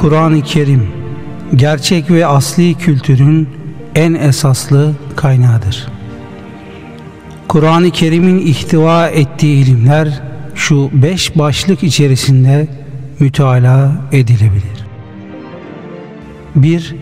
Kur'an-ı Kerim, gerçek ve asli kültürün en esaslı kaynağıdır. Kur'an-ı Kerim'in ihtiva ettiği ilimler şu 5 başlık içerisinde müteala edilebilir. 1.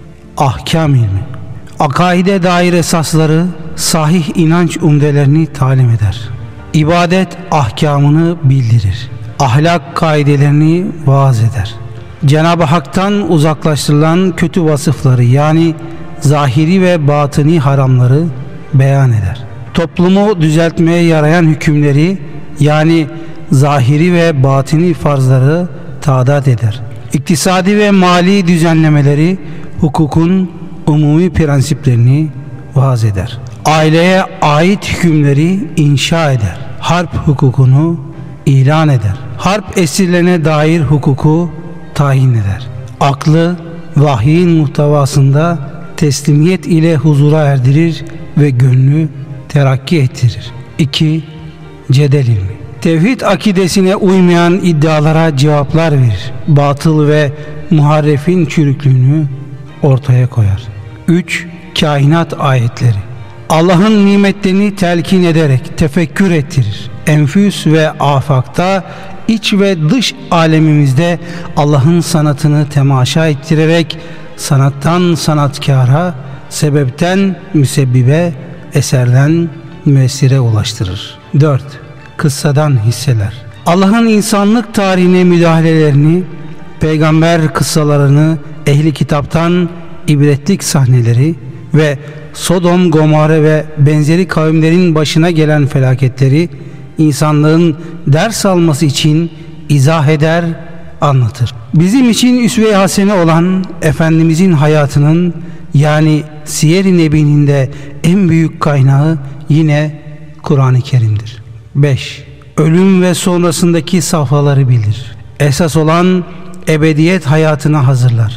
Ahkam ilmi. Akaide dair esasları, sahih inanç umdelerini talim eder. İbadet ahkamını bildirir. Ahlak kaidelerini vaaz eder. Cenab-ı Hak'tan uzaklaştırılan kötü vasıfları, yani zahiri ve batini haramları beyan eder. Toplumu düzeltmeye yarayan hükümleri, yani zahiri ve batini farzları tadat eder. İktisadi ve mali düzenlemeleri, hukukun umumi prensiplerini vaaz eder. Aileye ait hükümleri inşa eder. Harp hukukunu ilan eder. Harp esirlerine dair hukuku tayin eder. Aklı vahyin muhtevasında teslimiyet ile huzura erdirir ve gönlü terakki ettirir. 2. Cedel ilmi. Tevhid akidesine uymayan iddialara cevaplar verir. Batıl ve muharrefin çürüklüğünü ortaya koyar. 3. Kainat ayetleri. Allah'ın nimetlerini telkin ederek tefekkür ettirir. Enfüs ve afakta, iç ve dış alemimizde Allah'ın sanatını temaşa ettirerek sanattan sanatkara, sebepten müsebbibe, eserden müessire ulaştırır. 4. Kıssadan hisseler. Allah'ın insanlık tarihine müdahalelerini, peygamber kıssalarını, ehli kitaptan ibretlik sahneleri ve Sodom, Gomorre ve benzeri kavimlerin başına gelen felaketleri insanlığın ders alması için izah eder, anlatır. Bizim için üsve-i hasene olan Efendimizin hayatının, yani Siyer-i Nebi'nin de en büyük kaynağı yine Kur'an-ı Kerim'dir. 5. Ölüm ve sonrasındaki safhaları bildirir. Esas olan ebediyet hayatına hazırlar.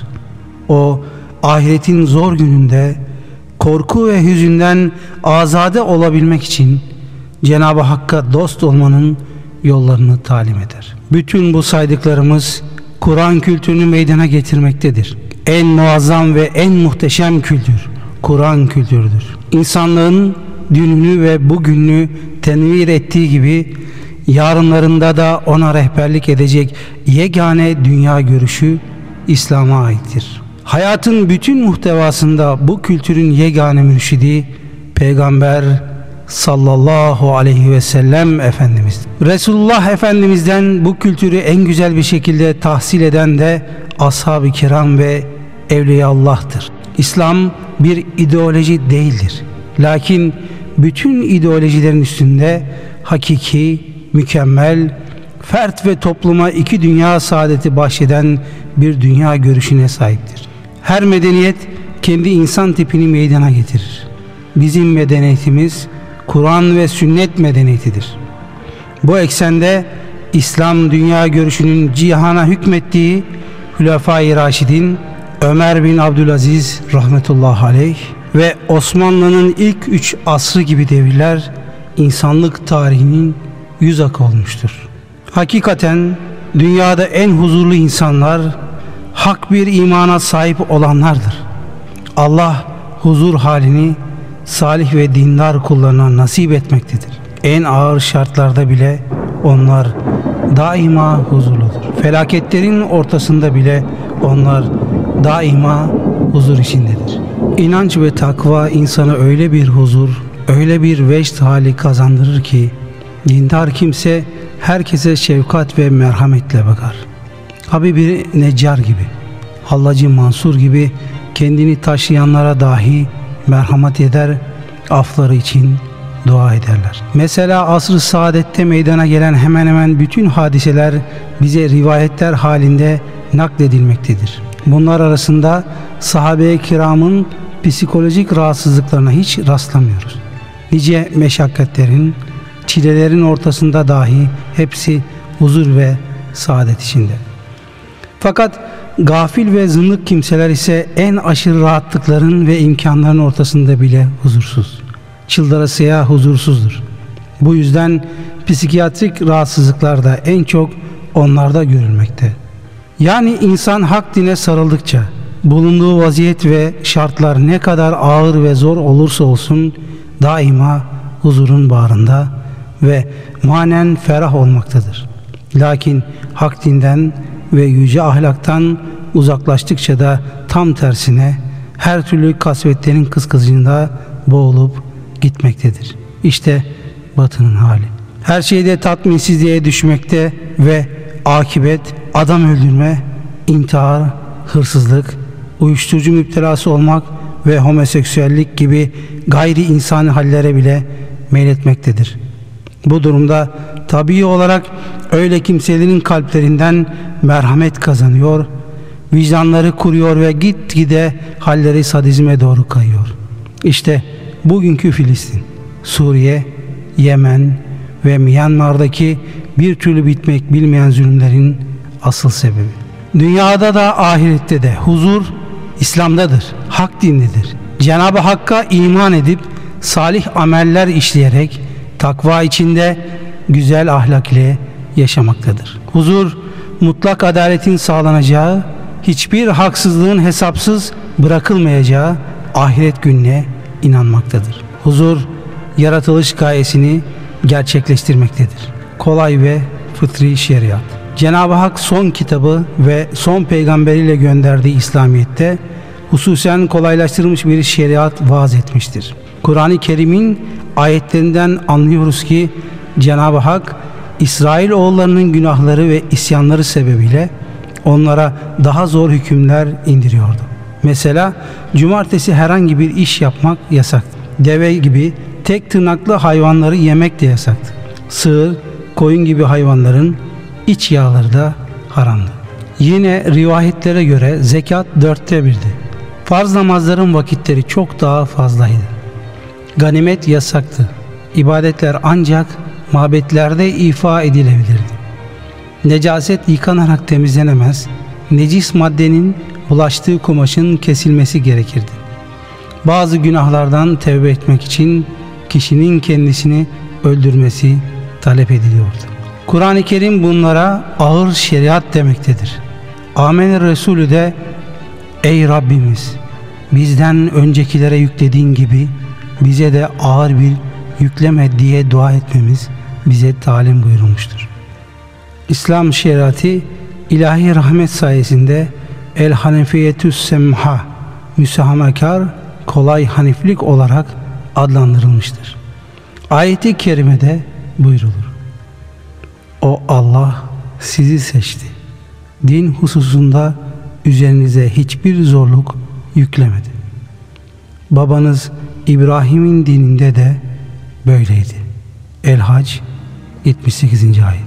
O ahiretin zor gününde korku ve hüzünden azade olabilmek için Cenab-ı Hakk'a dost olmanın yollarını talim eder. Bütün bu saydıklarımız Kur'an kültürünü meydana getirmektedir. En muazzam ve en muhteşem kültür Kur'an kültürüdür. İnsanlığın dününü ve bugününü tenvir ettiği gibi yarınlarında da ona rehberlik edecek yegane dünya görüşü İslam'a aittir. Hayatın bütün muhtevasında bu kültürün yegane mürşidi Peygamber sallallahu aleyhi ve sellem Efendimiz. Resulullah Efendimiz'den bu kültürü en güzel bir şekilde tahsil eden de ashab-ı kiram ve Evliyaullah'tır. İslam bir ideoloji değildir. Lakin bütün ideolojilerin üstünde hakiki, mükemmel, fert ve topluma iki dünya saadeti bahşeden bir dünya görüşüne sahiptir. Her medeniyet kendi insan tipini meydana getirir. Bizim medeniyetimiz Kur'an ve sünnet medeniyetidir. Bu eksende İslam dünya görüşünün cihana hükmettiği Hülefai Raşidin, Ömer bin Abdülaziz rahmetullahi aleyh ve Osmanlı'nın ilk 3 asrı gibi devirler insanlık tarihinin yüz akı olmuştur. Hakikaten dünyada en huzurlu insanlar hak bir imana sahip olanlardır. Allah huzur halini salih ve dindar kullarına nasip etmektedir. En ağır şartlarda bile onlar daima huzurludur. Felaketlerin ortasında bile onlar daima huzur içindedir. İnanç ve takva insana öyle bir huzur, öyle bir vecd hali kazandırır ki dindar kimse herkese şefkat ve merhametle bakar. Habibi Neccar gibi, Hallacı Mansur gibi kendini taşıyanlara dahi merhamet eder, afları için dua ederler. Mesela asr-ı saadette meydana gelen hemen hemen bütün hadiseler bize rivayetler halinde nakledilmektedir. Bunlar arasında sahabe-i kiramın psikolojik rahatsızlıklarına hiç rastlamıyoruz. Nice meşakkatlerin, çilelerin ortasında dahi hepsi huzur ve saadet içinde. Fakat gafil ve zındık kimseler ise en aşırı rahatlıkların ve imkanların ortasında bile huzursuz. Çıldırasıya huzursuzdur. Bu yüzden psikiyatrik rahatsızlıklar da en çok onlarda görülmekte. Yani insan hak dine sarıldıkça bulunduğu vaziyet ve şartlar ne kadar ağır ve zor olursa olsun daima huzurun bağrında ve manen ferah olmaktadır. Lakin hak dinden ve yüce ahlaktan uzaklaştıkça da tam tersine her türlü kasvetlerin kıskacında boğulup gitmektedir. İşte batının hali. Her şeyde tatminsizliğe düşmekte ve akibet adam öldürme, intihar, hırsızlık, uyuşturucu müptelası olmak ve homoseksüellik gibi gayri insani hallere bile meyletmektedir. Bu durumda tabii olarak öyle kimselerin kalplerinden merhamet kazanıyor, vicdanları kuruyor ve gitgide halleri sadizme doğru kayıyor. İşte bugünkü Filistin, Suriye, Yemen ve Myanmar'daki bir türlü bitmek bilmeyen zulümlerin asıl sebebi. Dünyada da ahirette de huzur İslam'dadır, hak dinlidir. Cenab-ı Hakk'a iman edip salih ameller işleyerek takva içinde güzel ahlak ile yaşamaktadır. Huzur, mutlak adaletin sağlanacağı, hiçbir haksızlığın hesapsız bırakılmayacağı ahiret gününe inanmaktadır. Huzur, yaratılış gayesini gerçekleştirmektedir. Kolay ve fıtri şeriat. Cenab-ı Hak son kitabı ve son peygamberiyle gönderdiği İslamiyet'te hususen kolaylaştırılmış bir şeriat vaaz etmiştir. Kur'an-ı Kerim'in ayetlerinden anlıyoruz ki Cenab-ı Hak İsrail oğullarının günahları ve isyanları sebebiyle onlara daha zor hükümler indiriyordu. Mesela cumartesi herhangi bir iş yapmak yasaktı. Deve gibi tek tırnaklı hayvanları yemek de yasaktı. Sığır, koyun gibi hayvanların iç yağları da haramdı. Yine rivayetlere göre zekat 1/4'ti. Farz namazların vakitleri çok daha fazlaydı. Ganimet yasaktı. İbadetler ancak mabetlerde ifa edilebilirdi. Necaset yıkanarak temizlenemez, necis maddenin bulaştığı kumaşın kesilmesi gerekirdi. Bazı günahlardan tevbe etmek için kişinin kendisini öldürmesi talep ediliyordu. Kur'an-ı Kerim bunlara ağır şeriat demektedir. Âmen Resulü de ey Rabbimiz bizden öncekilere yüklediğin gibi bize de ağır bir yükleme diye dua etmemiz bize talim buyurulmuştur. İslam şeriatı ilahi rahmet sayesinde el hanefiyetü's semha, müsahamekar, kolay haniflik olarak adlandırılmıştır. Ayet-i kerimede buyrulur: o Allah sizi seçti. Din hususunda üzerinize hiçbir zorluk yüklemedi. Babanız İbrahim'in dininde de böyleydi. El-Hac 78. ayet.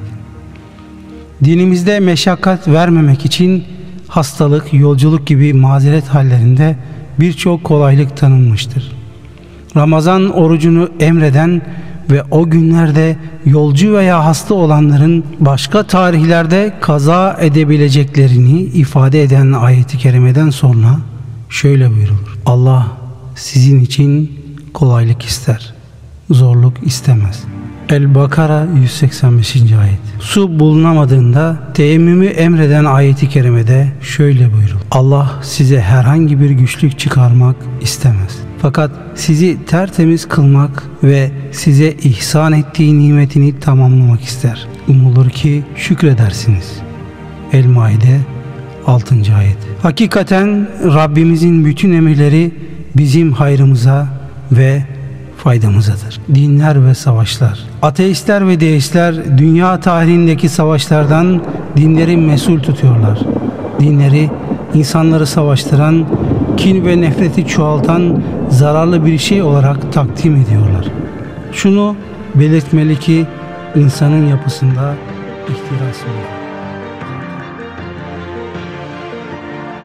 Dinimizde meşakkat vermemek için hastalık, yolculuk gibi mazeret hallerinde birçok kolaylık tanınmıştır. Ramazan orucunu emreden ve o günlerde yolcu veya hasta olanların başka tarihlerde kaza edebileceklerini ifade eden ayet-i kerimeden sonra şöyle buyurulur: Allah sizin için kolaylık ister, zorluk istemez. El-Bakara 185. ayet. Su bulunamadığında teyemmümü emreden ayet-i kerimede şöyle buyurulur: Allah size herhangi bir güçlük çıkarmak istemez. Fakat sizi tertemiz kılmak ve size ihsan ettiği nimetini tamamlamak ister. Umulur ki şükredersiniz. El-Maide 6. ayet. Hakikaten Rabbimizin bütün emirleri bizim hayrımıza ve faydamızadır. Dinler ve savaşlar. Ateistler ve deistler dünya tarihindeki savaşlardan dinleri mesul tutuyorlar. Dinleri insanları savaştıran, kin ve nefreti çoğaltan zararlı bir şey olarak takdim ediyorlar. Şunu belirtmeli ki insanın yapısında ihtiras var.